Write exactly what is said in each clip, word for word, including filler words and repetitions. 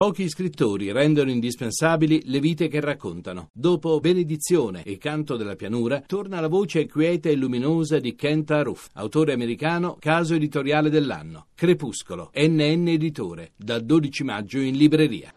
Pochi scrittori rendono indispensabili le vite che raccontano. Dopo Benedizione e Canto della pianura, torna la voce quieta e luminosa di Kent Aruf, autore americano, caso editoriale dell'anno. Crepuscolo, N N Editore, dal dodici maggio in libreria.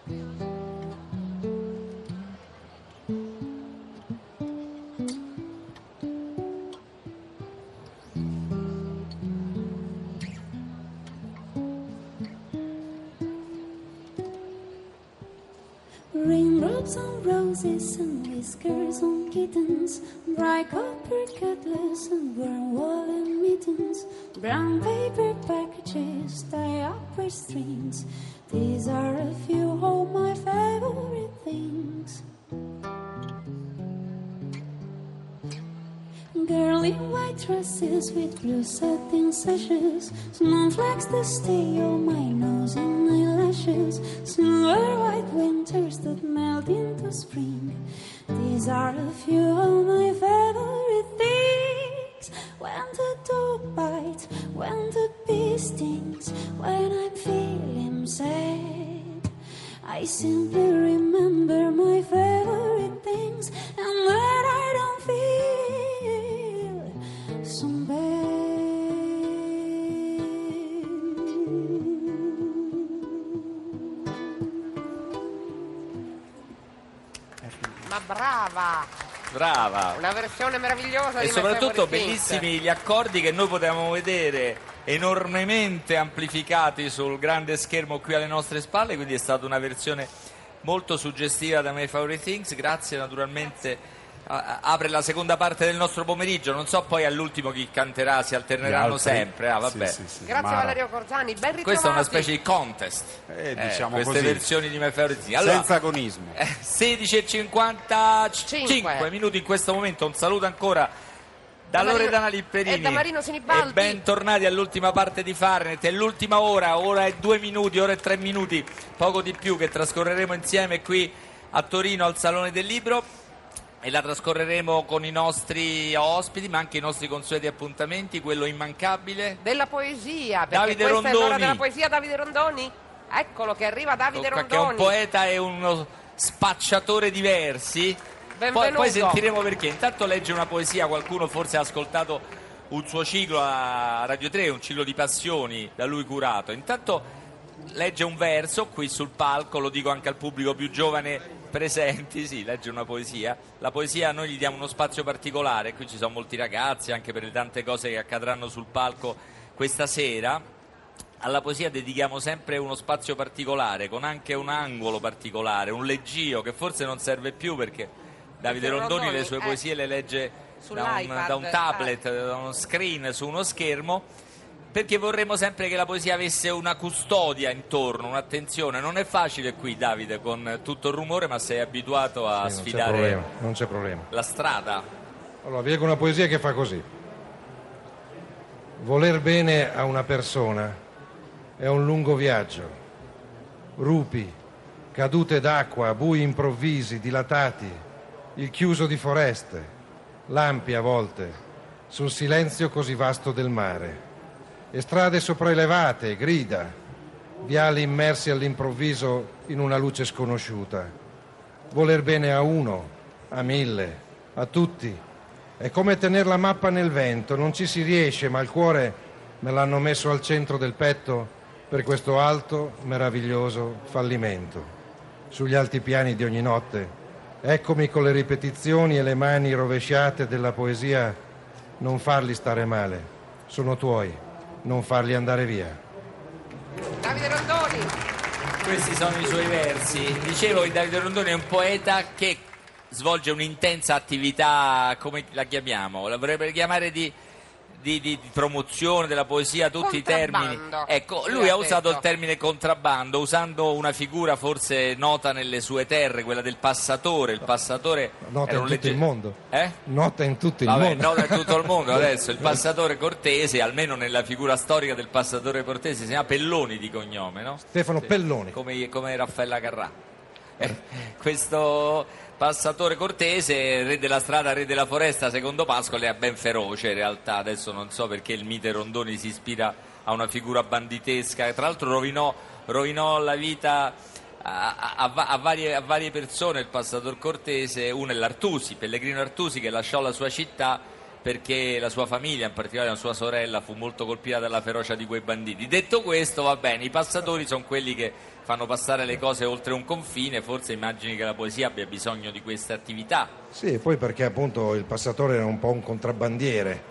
Raindrops on roses and whiskers on kittens, bright copper cutlass and brown woolen mittens, brown paper packages tie up with strings. These are a few of my favorite things. Girl in white dresses with blue satin sashes, snowflakes that stay on my nose and eyelashes, silver white winters that melt into spring. These are a few of my favorite things. When the dog bites, when the bee stings, when I'm feeling sad, I simply remember my favorite things. And when I don't feel so bad. Ma brava! Brava! Una versione meravigliosa E di soprattutto My Favorite bellissimi Things. gli accordi che noi potevamo vedere enormemente amplificati sul grande schermo qui alle nostre spalle, quindi è stata una versione molto suggestiva da My Favorite Things. Grazie, naturalmente a- apre la seconda parte del nostro pomeriggio. Non so poi all'ultimo chi canterà, si alterneranno altri. sempre. Ah, vabbè. Sì, sì, sì. Grazie Mara. Valerio Corzani, ben ritrovati. Questa è una specie di contest. Eh, Eh, diciamo queste così. versioni di My Favorite Things. Allora, Senza agonismo. Eh, sedici e cinquantacinque Cinque. minuti in questo momento. Un saluto ancora da Da Marino- Loredana Lipperini e da Marino Sinibaldi. e bentornati all'ultima parte di Fahrenheit. È l'ultima ora, ora e due minuti, ora e tre minuti, poco di più, che trascorreremo insieme qui a Torino al Salone del Libro, e la trascorreremo con i nostri ospiti, ma anche i nostri consueti appuntamenti, quello immancabile Della poesia, perché Davide questa è l'ora Rondoni. della poesia. Davide Rondoni, eccolo che arriva Davide che è un Rondoni. poeta e uno spacciatore diversi. Poi, Benvenuto. poi sentiremo perché. Intanto legge una poesia, qualcuno forse ha ascoltato un suo ciclo a Radio tre, un ciclo di passioni da lui curato. Intanto legge un verso qui sul palco, lo dico anche al pubblico più giovane presenti, sì, legge una poesia. La poesia noi gli diamo uno spazio particolare, qui ci sono molti ragazzi, anche per le tante cose che accadranno sul palco questa sera. Alla poesia dedichiamo sempre uno spazio particolare, con anche un angolo particolare, un leggio che forse non serve più, perché Davide Perché Rondoni Rondoni, le sue eh, poesie le legge da un, sull'iPad, da un tablet, da uno screen, su uno schermo, perché vorremmo sempre che la poesia avesse una custodia intorno, un'attenzione. Non è facile qui, Davide, con tutto il rumore, ma sei abituato a Sì, non c'è sfidare problema, non c'è problema. la strada. Allora, vi leggo una poesia che fa così. Voler bene a una persona è un lungo viaggio. Rupi, cadute d'acqua, bui improvvisi, dilatati, il chiuso di foreste, lampi a volte, sul silenzio così vasto del mare, e strade sopraelevate, grida, viali immersi all'improvviso in una luce sconosciuta. Voler bene a uno, a mille, a tutti, è come tenere la mappa nel vento, non ci si riesce, ma il cuore me l'hanno messo al centro del petto per questo alto, meraviglioso fallimento. Sugli alti piani di ogni notte, eccomi con le ripetizioni e le mani rovesciate della poesia, non farli stare male, sono tuoi, non farli andare via. Davide Rondoni. Questi sono i suoi versi. Dicevo che Davide Rondoni è un poeta che svolge un'intensa attività, come la chiamiamo? La vorrebbe chiamare di, di, di, di promozione della poesia, tutti i termini. Contrabbando, Ecco, lui lui ha ha usato detto. il termine contrabbando, usando una figura forse nota nelle sue terre, quella del passatore. Il passatore Nota era in un tutto legge- il mondo. Eh? Nota in tutto il Vabbè, mondo. nota in tutto il mondo adesso. Il passatore cortese, almeno nella figura storica del passatore cortese, si chiama Pelloni di cognome, no? Stefano Sì. Pelloni. Come, come Raffaella Carrà. Eh, questo passatore cortese, re della strada, re della foresta, secondo Pascoli, è ben feroce in realtà. Adesso non so perché il mite Rondoni si ispira a una figura banditesca, tra l'altro rovinò, rovinò la vita a, a, a, a, varie, a varie persone il passator cortese. Uno è l'Artusi, Pellegrino Artusi, che lasciò la sua città perché la sua famiglia, in particolare la sua sorella, fu molto colpita dalla ferocia di quei banditi. Detto questo, va bene, i passatori sono quelli che fanno passare le cose oltre un confine. Forse immagini che la poesia abbia bisogno di queste attività. Sì, poi perché appunto il passatore era un po' un contrabbandiere.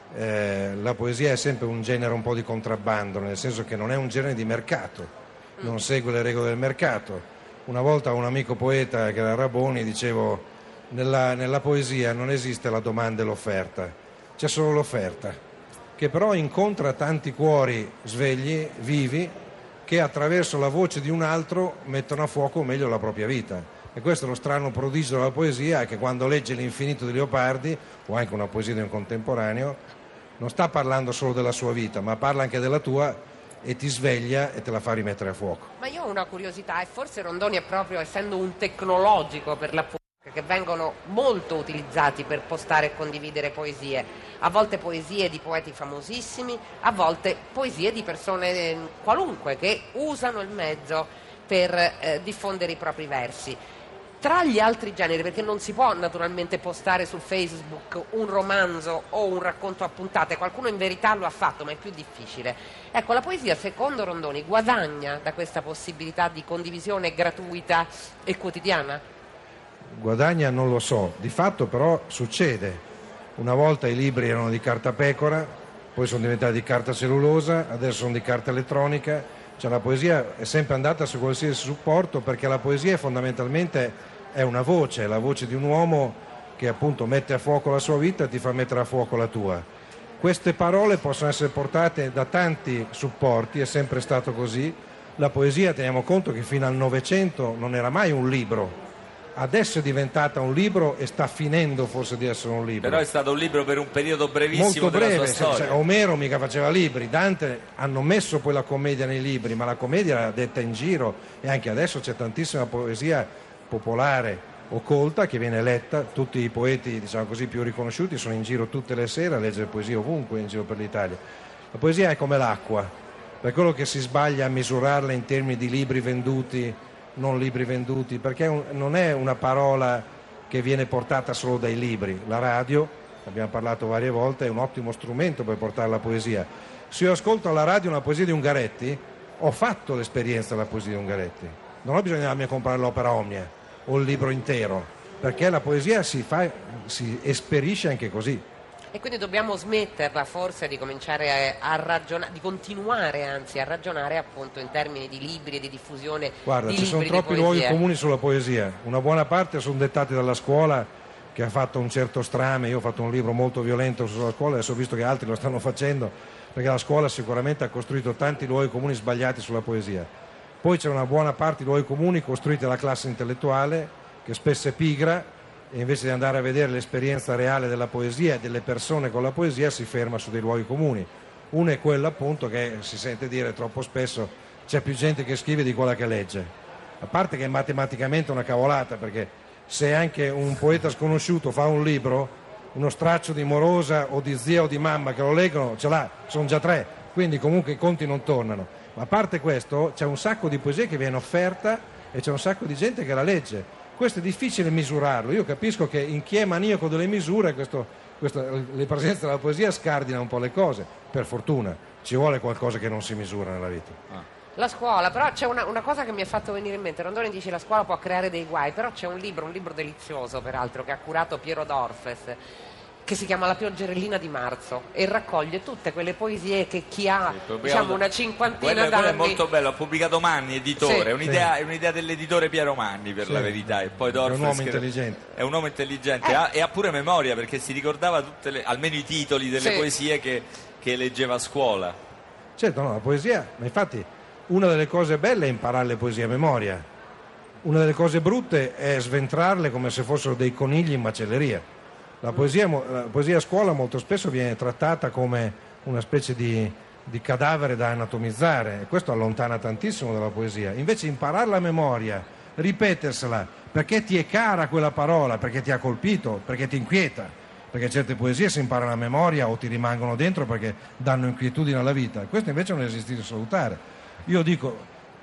Eh, la poesia è sempre un genere un po' di contrabbando, nel senso che non è un genere di mercato, non segue le regole del mercato. Una volta a un amico poeta che era Raboni dicevo: nella, nella poesia non esiste la domanda e l'offerta, c'è solo l'offerta, che però incontra tanti cuori svegli, vivi, che attraverso la voce di un altro mettono a fuoco meglio la propria vita. E questo è lo strano prodigio della poesia, che quando legge L'infinito di Leopardi, o anche una poesia di un contemporaneo, non sta parlando solo della sua vita, ma parla anche della tua, e ti sveglia e te la fa rimettere a fuoco. Ma io ho una curiosità, e forse Rondoni è proprio, essendo un tecnologico per l'appunto, che vengono molto utilizzati per postare e condividere poesie, a volte poesie di poeti famosissimi, a volte poesie di persone qualunque che usano il mezzo per eh, diffondere i propri versi. Tra gli altri generi, perché non si può naturalmente postare su Facebook un romanzo o un racconto a puntate, qualcuno in verità lo ha fatto, ma è più difficile. Ecco, la poesia, secondo Rondoni, guadagna da questa possibilità di condivisione gratuita e quotidiana? Guadagna non lo so, di fatto però succede. Una volta i libri erano di carta pecora, poi sono diventati di carta cellulosa, adesso sono di carta elettronica. Cioè la poesia è sempre andata su qualsiasi supporto, perché la poesia è fondamentalmente è una voce, è la voce di un uomo che appunto mette a fuoco la sua vita e ti fa mettere a fuoco la tua. Queste parole possono essere portate da tanti supporti, è sempre stato così. La poesia, teniamo conto che fino al Novecento non era mai un libro. Adesso è diventata un libro e sta finendo forse di essere un libro. Però è stato un libro per un periodo brevissimo molto breve, della sua storia. Cioè, Omero mica faceva libri, Dante hanno messo poi la commedia nei libri, ma la commedia era detta in giro, e anche adesso c'è tantissima poesia popolare o colta che viene letta. Tutti i poeti, diciamo così, più riconosciuti sono in giro tutte le sere a leggere poesia ovunque in giro per l'Italia. La poesia è come l'acqua, per quello che si sbaglia a misurarla in termini di libri venduti, non libri venduti, perché un, non è una parola che viene portata solo dai libri. La radio, abbiamo parlato varie volte, è un ottimo strumento per portare la poesia. Se io ascolto alla radio una poesia di Ungaretti, ho fatto l'esperienza della poesia di Ungaretti, non ho bisogno di andarmi a comprare l'opera omnia o il libro intero, perché la poesia si fa, si esperisce anche così. E quindi dobbiamo smetterla forse di cominciare a, a ragionare, di continuare anzi a ragionare appunto in termini di libri e di diffusione. Guarda, di ci sono libri, troppi luoghi comuni sulla poesia, una buona parte sono dettati dalla scuola, che ha fatto un certo strame. Io ho fatto un libro molto violento sulla scuola, adesso ho visto che altri lo stanno facendo, perché la scuola sicuramente ha costruito tanti luoghi comuni sbagliati sulla poesia. Poi c'è una buona parte di luoghi comuni costruiti dalla classe intellettuale, che spesso è pigra, e invece di andare a vedere l'esperienza reale della poesia e delle persone con la poesia si ferma su dei luoghi comuni. Uno è quello appunto che si sente dire troppo spesso: c'è più gente che scrive di quella che legge. A parte che è matematicamente una cavolata, perché se anche un poeta sconosciuto fa un libro, uno straccio di morosa o di zia o di mamma che lo leggono ce l'ha, sono già tre, quindi comunque i conti non tornano. Ma a parte questo c'è un sacco di poesia che viene offerta e c'è un sacco di gente che la legge. Questo è difficile misurarlo. Io capisco che in chi è maniaco delle misure questo, questo, le presenze della poesia scardina un po' le cose. Per fortuna ci vuole qualcosa che non si misura nella vita. Ah. La scuola, però c'è una, una cosa che mi ha fatto venire in mente. Rondoni dice la scuola può creare dei guai, però c'è un libro, un libro delizioso peraltro, che ha curato Piero Dorfes, che si chiama La pioggerellina di marzo, e raccoglie tutte quelle poesie che chi ha sì, diciamo una cinquantina quello, d'anni. Quello è molto bello, ha pubblicato Manni, editore, sì. è, un'idea, sì. è un'idea dell'editore Piero Manni, per sì. la verità, e poi Dorfes, è un uomo intelligente, è un uomo intelligente eh. ha, e ha pure memoria, perché si ricordava tutte le, almeno i titoli delle sì. poesie che, che leggeva a scuola. Certo, no, la poesia, ma infatti una delle cose belle è imparare le poesie a memoria, una delle cose brutte è sventrarle come se fossero dei conigli in macelleria. La poesia, la poesia a scuola molto spesso viene trattata come una specie di, di cadavere da anatomizzare, e questo allontana tantissimo dalla poesia. Invece impararla a memoria, ripetersela, perché ti è cara quella parola, perché ti ha colpito, perché ti inquieta, perché certe poesie si imparano a memoria o ti rimangono dentro perché danno inquietudine alla vita. Questo invece è un esercizio salutare. Io dico,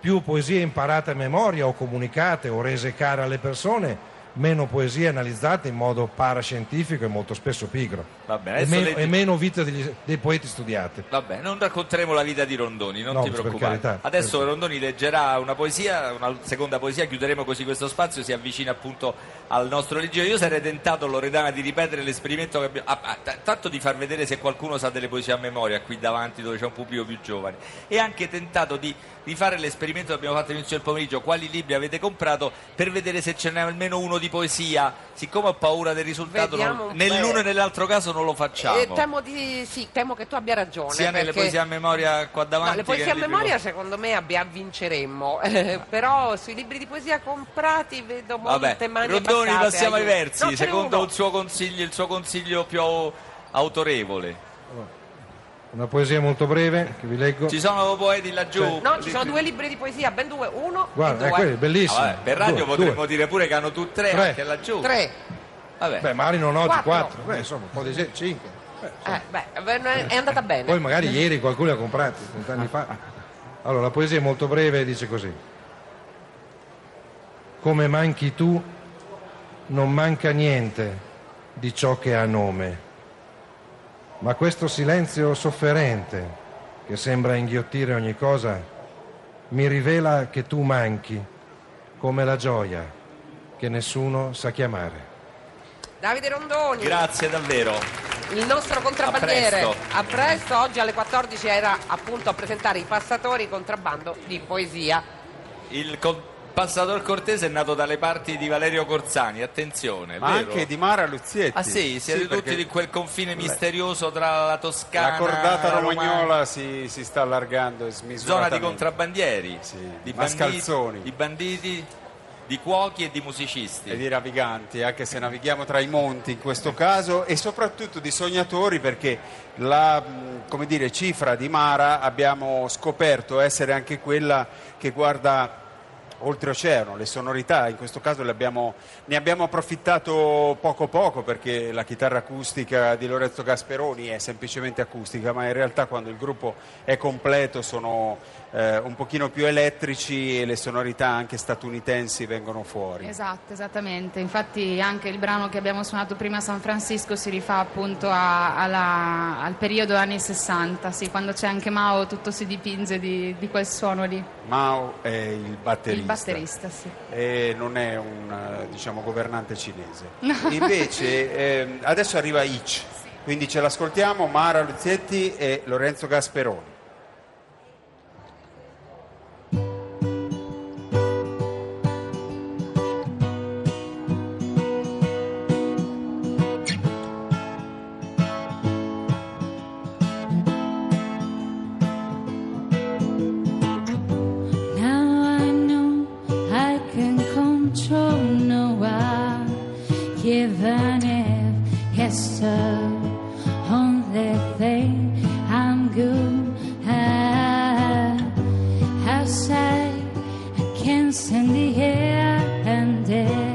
più poesie imparate a memoria o comunicate o rese care alle persone, meno poesie analizzate in modo parascientifico e molto spesso pigro. Va bene, e, meno, leggi... e meno vite degli, dei poeti studiati. Vabbè, non racconteremo la vita di Rondoni, non no, ti preoccupare. Carità, Adesso per... Rondoni leggerà una poesia, una seconda poesia, chiuderemo così questo spazio, si avvicina appunto al nostro leggero. Io sarei tentato, Loredana, di ripetere l'esperimento che abbiamo, ah, ah, t- tanto di far vedere se qualcuno sa delle poesie a memoria qui davanti dove c'è un pubblico più giovane, e anche tentato di, di fare l'esperimento che abbiamo fatto all'inizio del pomeriggio, quali libri avete comprato, per vedere se ce n'è almeno uno di poesia. Siccome ho paura del risultato, non, nell'uno e nell'altro caso non lo facciamo. Eh, temo, di, sì, temo che tu abbia ragione. Sia perché... nelle poesie a memoria qua davanti. No, le poesie a memoria libri... secondo me abbia, vinceremmo, eh, però sui libri di poesia comprati vedo molte Vabbè, mani Rondoni, abbassate. passiamo ai versi, no, secondo il suo consiglio, il suo consiglio più autorevole. Una poesia molto breve che vi leggo. Ci sono poeti laggiù? Cioè, no, ci sono due libri di poesia, ben due, uno Guarda, e è due. quello, bellissimo. Ah, vabbè, per radio due, potremmo due. dire pure che hanno tutti tre, Tre. anche laggiù. Tre. Vabbè. Beh, magari non oggi, Quattro. quattro. Beh, insomma, un po' di gente, cinque. Beh, Eh, beh, è andata bene. Poi magari ieri qualcuno li ha comprati, vent'anni fa. Allora, la poesia è molto breve e dice così. Come manchi tu, non manca niente di ciò che ha nome, ma questo silenzio sofferente che sembra inghiottire ogni cosa mi rivela che tu manchi come la gioia che nessuno sa chiamare. Davide Rondoni. Grazie davvero. Il nostro contrabbandiere. A presto. A presto, oggi alle quattordici era appunto a presentare i passatori, contrabbando di poesia. Il con- Passator Cortese è nato dalle parti di Valerio Corsani, attenzione, è Ma vero? anche di Mara Luzietti. Ah sì, siete Sì, tutti perché di quel confine misterioso tra la Toscana, la cordata la romagnola Romagna, si, si sta allargando zona smisuratamente. di contrabbandieri, Sì, di mascalzoni. banditi, di banditi, di cuochi e di musicisti. E di naviganti, anche se navighiamo tra i monti in questo caso, e soprattutto di sognatori, perché la mh, come dire, cifra di Mara abbiamo scoperto essere anche quella che guarda oltreoceano, le sonorità, in questo caso le abbiamo, ne abbiamo approfittato poco poco, perché la chitarra acustica di Lorenzo Gasperoni è semplicemente acustica, ma in realtà quando il gruppo è completo sono eh, un pochino più elettrici e le sonorità anche statunitensi vengono fuori. Esatto, esattamente, infatti anche il brano che abbiamo suonato prima a San Francisco si rifà appunto a, alla, al periodo anni sessanta, sì, quando c'è anche Mao tutto si dipinge di, di quel suono lì. Mao è il batterista. Il batterista, sì. E non è un eh, diciamo governante cinese. Invece eh, adesso arriva Ich, quindi ce l'ascoltiamo, Mara Luzietti e Lorenzo Gasperoni. Even if it's the only thing I'm good at. Outside, I can stand the air and air.